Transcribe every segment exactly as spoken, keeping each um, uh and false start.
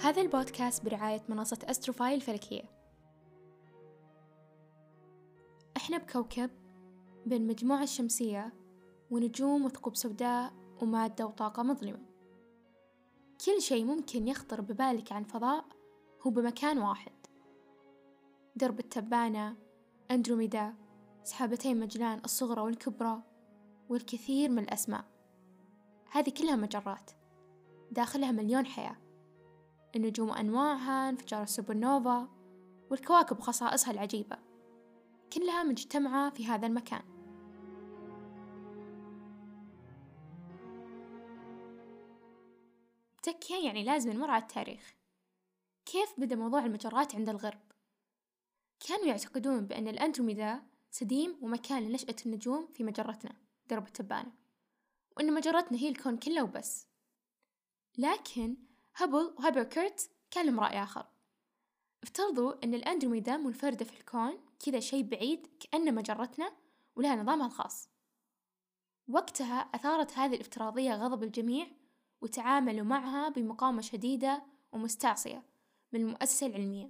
هذا البودكاست برعاية منصة أستروفاي الفلكية. إحنا بكوكب بين مجموعة الشمسية ونجوم وثقوب سوداء ومادة وطاقة مظلمة. كل شيء ممكن يخطر ببالك عن فضاء هو بمكان واحد: درب التبانة، أندروميدا، سحابتين مجلان الصغرى والكبرى، والكثير من الأسماء. هذه كلها مجرات داخلها مليون حياة، النجوم وأنواعها، انفجار السوبر نوفا، والكواكب وخصائصها العجيبة، كلها مجتمعة في هذا المكان. تكيا يعني لازم نمر على التاريخ. كيف بدأ موضوع المجرات عند الغرب؟ كانوا يعتقدون بأن الأندروميدا سديم ومكان لنشأة النجوم في مجرتنا درب التبانة، وأن مجرتنا هي الكون كله وبس. لكن هابل وهابركرت كان لهم رأي آخر، افترضوا أن الأندروميدا منفردة في الكون، كذا شيء بعيد كأن مجرتنا ولها نظامها الخاص. وقتها أثارت هذه الافتراضية غضب الجميع، وتعاملوا معها بمقاومة شديدة ومستعصية من المؤسسة العلمية.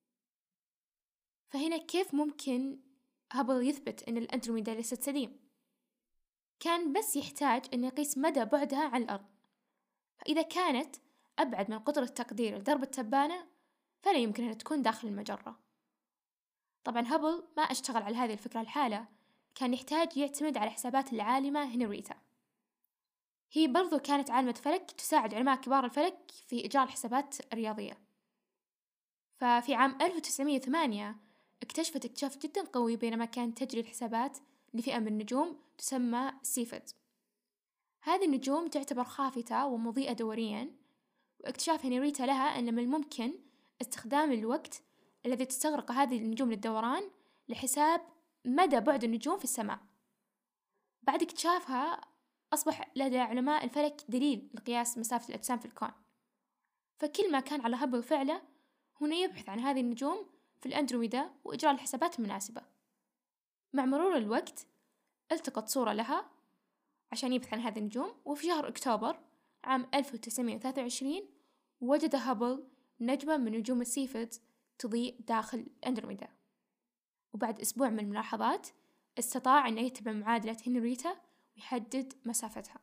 فهنا كيف ممكن هابل يثبت أن الأندروميدا ليست سديم؟ كان بس يحتاج أن يقيس مدى بعدها عن الأرض، فإذا كانت أبعد من قدرة تقدير درب التبانة فلا يمكن أن تكون داخل المجرة. طبعا هابل ما اشتغل على هذه الفكرة الحالة، كان يحتاج يعتمد على حسابات العالمة هنريتا. هي برضو كانت عالمة فلك تساعد علماء كبار الفلك في إجراء الحسابات الرياضية. ففي عام ألف وتسعمية وثمانية اكتشفت اكتشاف جدا قوي بينما كانت تجري الحسابات لفئة من النجوم تسمى سيفيد. هذه النجوم تعتبر خافتة ومضيئة دوريا، واكتشاف هنريتا لها أن من الممكن استخدام الوقت الذي تستغرق هذه النجوم للدوران لحساب مدى بعد النجوم في السماء. بعد اكتشافها أصبح لدى علماء الفلك دليل لقياس مسافة الأجسام في الكون. فكل ما كان على هابل فعله هنا يبحث عن هذه النجوم في الأندروميدا وإجراء الحسابات المناسبة. مع مرور الوقت التقط صورة لها عشان يبحث عن هذه النجوم، وفي شهر أكتوبر عام ألف وتسعمية وثلاثة وعشرين وجد هابل نجمة من نجوم السيفيد تضيء داخل أندروميدا. وبعد أسبوع من الملاحظات استطاع أن يتبع معادلة هنريتا ويحدد مسافتها.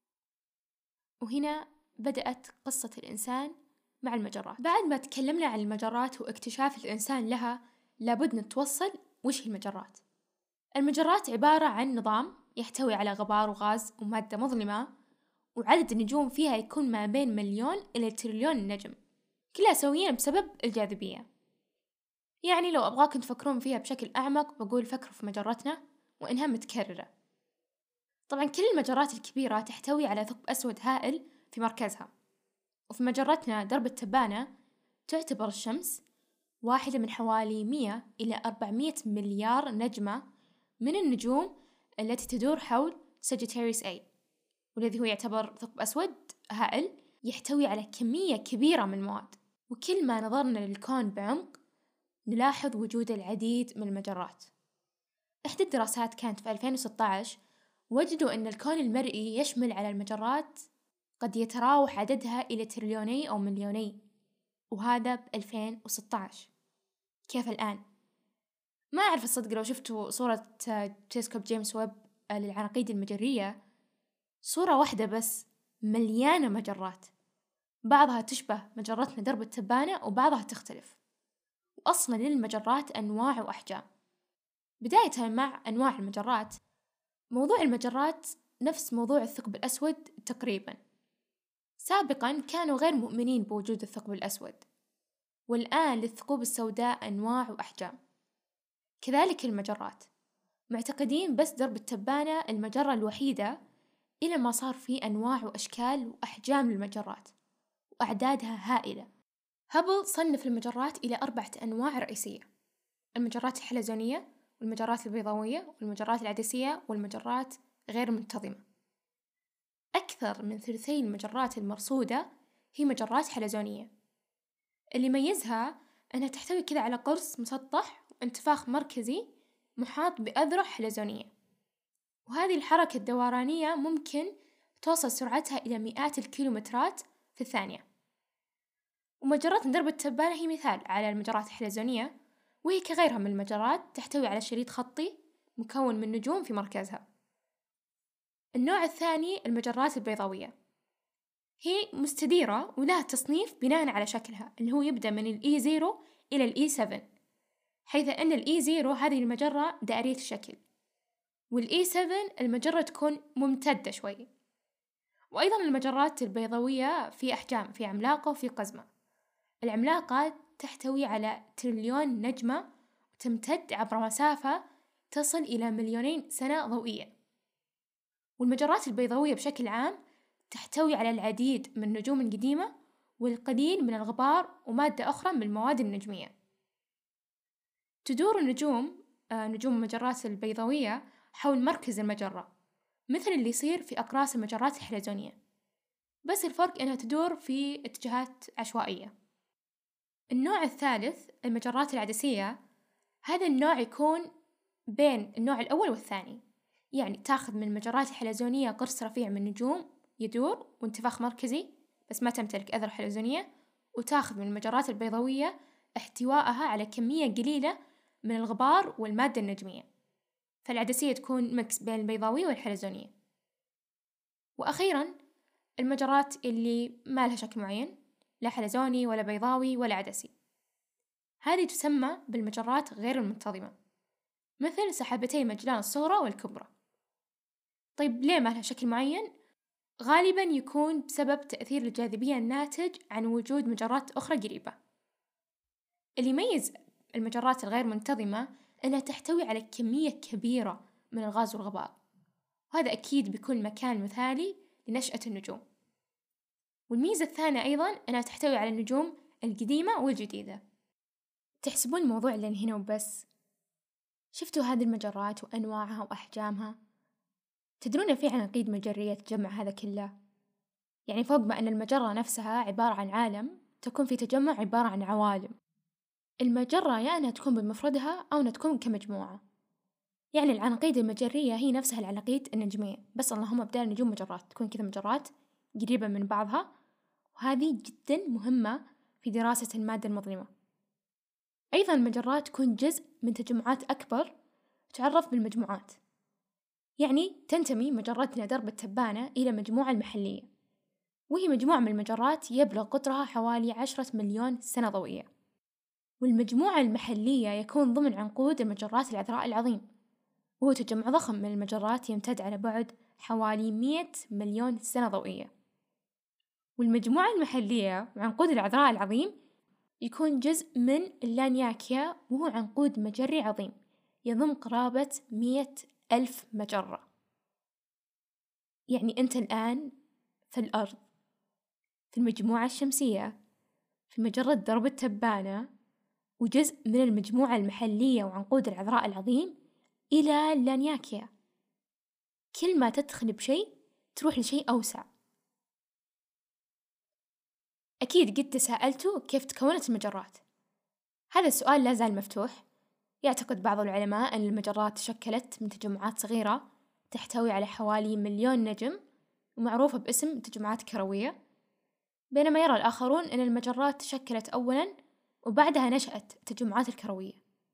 وهنا بدأت قصة الإنسان مع المجرات. بعد ما تكلمنا عن المجرات واكتشاف الإنسان لها، لابد نتوصل وش هي المجرات. المجرات عبارة عن نظام يحتوي على غبار وغاز ومادة مظلمة، وعدد النجوم فيها يكون ما بين مليون إلى تريليون النجم، كلها سويا بسبب الجاذبية. يعني لو أبغاكم تفكرون فيها بشكل أعمق بقول فكروا في مجرتنا وإنها متكررة. طبعا كل المجرات الكبيرة تحتوي على ثقب أسود هائل في مركزها، وفي مجرتنا درب التبانة تعتبر الشمس واحدة من حوالي مئة إلى أربعمية مليار نجمة من النجوم التي تدور حول ساجيتاريوس A، والذي هو يعتبر ثقب أسود هائل يحتوي على كمية كبيرة من المواد. وكل ما نظرنا للكون بعمق نلاحظ وجود العديد من المجرات. إحدى الدراسات كانت في ألفين وستة عشر وجدوا أن الكون المرئي يشمل على المجرات قد يتراوح عددها إلى تريليوني أو مليوني، وهذا ب ألفين وستة عشر. كيف الآن؟ ما أعرف الصدق، لو شفتوا صورة تلسكوب جيمس ويب للعناقيد المجرية، صورة واحدة بس مليانة مجرات، بعضها تشبه مجرتنا درب التبانة وبعضها تختلف. وأصلا للمجرات أنواع وأحجام. بداية مع أنواع المجرات، موضوع المجرات نفس موضوع الثقب الأسود تقريبا. سابقا كانوا غير مؤمنين بوجود الثقب الأسود، والآن للثقوب السوداء أنواع وأحجام. كذلك المجرات معتقدين بس درب التبانة المجرة الوحيدة، إلى ما صار في أنواع وأشكال وأحجام للمجرات وأعدادها هائلة. هابل صنف المجرات إلى أربعة أنواع رئيسية: المجرات الحلزونية، والمجرات البيضاوية، والمجرات العدسية، والمجرات غير منتظمة. أكثر من ثلثي المجرات المرصودة هي مجرات حلزونية. اللي يميزها أنها تحتوي كذا على قرص مسطح وانتفاخ مركزي محاط بأذرع حلزونية، وهذه الحركة الدورانية ممكن توصل سرعتها إلى مئات الكيلومترات في الثانية. ومجرات درب التبانة هي مثال على المجرات الحلزونية، وهي كغيرها من المجرات تحتوي على شريط خطي مكون من نجوم في مركزها. النوع الثاني المجرات البيضاوية، هي مستديرة ولها تصنيف بناء على شكلها اللي هو يبدأ من الإي زيرو إلى الإي سبعة، حيث أن الإي زيرو هذه المجرة دائرية الشكل، والإي سبعة المجرة تكون ممتدة شوي. وأيضا المجرات البيضاوية في أحجام، في عملاقة وفي قزمة. العملاقة تحتوي على تريليون نجمة وتمتد عبر مسافة تصل إلى مليونين سنة ضوئية. والمجرات البيضاوية بشكل عام تحتوي على العديد من النجوم القديمة والقليل من الغبار ومادة أخرى من المواد النجمية. تدور النجوم آه نجوم المجرات البيضاوية حول مركز المجرة، مثل اللي يصير في أقراص المجرات الحلزونية، بس الفرق أنها تدور في اتجاهات عشوائية. النوع الثالث المجرات العدسية، هذا النوع يكون بين النوع الأول والثاني، يعني تاخذ من المجرات الحلزونية قرص رفيع من النجوم يدور وانتفاخ مركزي بس ما تمتلك أذرع حلزونية، وتاخذ من المجرات البيضاوية احتوائها على كمية قليلة من الغبار والمادة النجمية، فالعدسية تكون مكس بين البيضاوية والحلزونية. وأخيرا المجرات اللي ما لها شكل معين، لا حلزوني ولا بيضاوي ولا عدسي، هذه تسمى بالمجرات غير المنتظمة، مثل سحابتي مجلان الصغرى والكبرى. طيب ليه ما لها شكل معين؟ غالبا يكون بسبب تأثير الجاذبية الناتج عن وجود مجرات أخرى قريبة. اللي يميز المجرات الغير منتظمة أنها تحتوي على كمية كبيرة من الغاز والغبار، وهذا أكيد بيكون مكان مثالي لنشأة النجوم. والميزة الثانية أيضا أنها تحتوي على النجوم القديمة والجديدة. تحسبون الموضوع لين هنا وبس؟ شفتوا هذه المجرات وأنواعها وأحجامها؟ تدرون في عناقيد مجرية تجمع هذا كله؟ يعني فوق ما أن المجرة نفسها عبارة عن عالم، تكون في تجمع عبارة عن عوالم. المجرة يا أنها تكون بمفردها أو أنها تكون كمجموعة. يعني العناقيد المجرية هي نفسها العناقيد النجمية، بس اللهم بدال نجوم مجرات تكون كذا مجرات قريبة من بعضها، وهذه جدا مهمة في دراسة المادة المظلمة. أيضا المجرات تكون جزء من تجمعات أكبر تعرف بالمجموعات، يعني تنتمي مجرتنا درب التبانة إلى مجموعة المحلية، وهي مجموعة من المجرات يبلغ قطرها حوالي عشرة مليون سنة ضوئية. والمجموعة المحلية يكون ضمن عنقود المجرات العذراء العظيم، وهو تجمع ضخم من المجرات يمتد على بعد حوالي مئة مليون سنة ضوئية. والمجموعة المحلية وعنقود العذراء العظيم يكون جزء من اللانياكيا، وهو عنقود مجري عظيم يضم قرابة مئة ألف مجرة. يعني أنت الآن في الأرض، في المجموعة الشمسية، في مجرة درب التبانة، وجزء من المجموعة المحلية وعنقود العذراء العظيم إلى اللانياكيا. كل ما تدخل بشيء تروح لشيء أوسع. أكيد قد تساءلتوا كيف تكونت المجرات؟ هذا السؤال لا زال مفتوح. يعتقد بعض العلماء أن المجرات تشكلت من تجمعات صغيرة تحتوي على حوالي مليون نجم ومعروفة باسم تجمعات كروية، بينما يرى الآخرون أن المجرات تشكلت أولاً وبعدها نشأت التجمعات الكروية.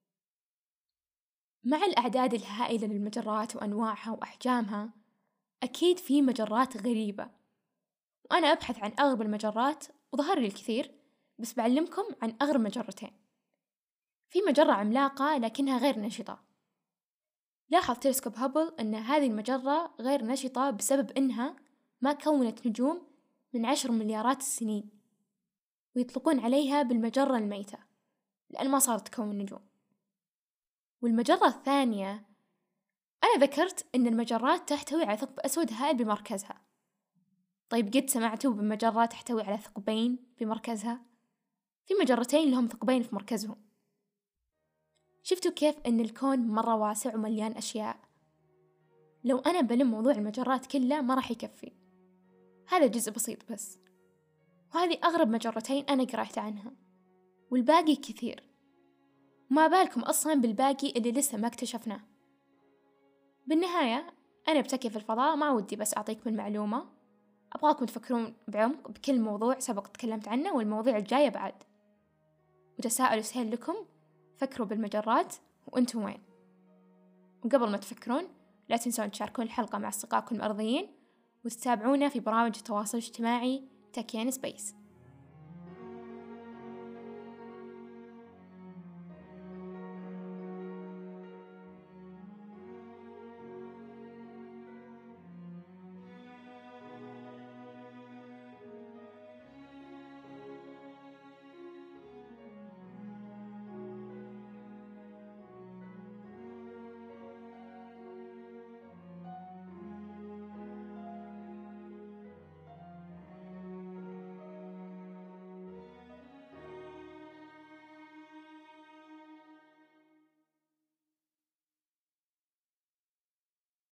مع الأعداد الهائلة للمجرات وأنواعها وأحجامها، أكيد في مجرات غريبة، وأنا أبحث عن أغرب المجرات وظهر لي الكثير، بس بعلمكم عن أغرب مجرتين. في مجرة عملاقة لكنها غير نشطة. لاحظ تلسكوب هابل أن هذه المجرة غير نشطة بسبب أنها ما كونت نجوم من عشر مليارات السنين، ويطلقون عليها بالمجرة الميتة لأن ما صارت تكون نجوم. والمجرة الثانية، أنا ذكرت أن المجرات تحتوي على ثقب أسود هائل بمركزها. طيب قد سمعتوا بمجرة تحتوي على ثقبين في مركزها؟ في مجرتين لهم ثقبين في مركزهم. شفتوا كيف أن الكون مرة واسع ومليان أشياء؟ لو أنا بلم موضوع المجرات كله ما راح يكفي، هذا جزء بسيط بس، وهذه أغرب مجرتين أنا قرأت عنها، والباقي كثير، ما بالكم أصلا بالباقي اللي لسه ما اكتشفناه. بالنهاية أنا بتكي في الفضاء، ما ودي بس أعطيكم المعلومة أبغاكم تفكرون بعمق بكل موضوع سبق تكلمت عنه والمواضيع الجاية بعد. وتساؤل سهل لكم، فكروا بالمجرات وأنتم وين. وقبل ما تفكرون لا تنسون تشاركون الحلقة مع أصدقائكم الأرضيين، وتتابعونا في برامج التواصل الاجتماعي تكيان سبيس.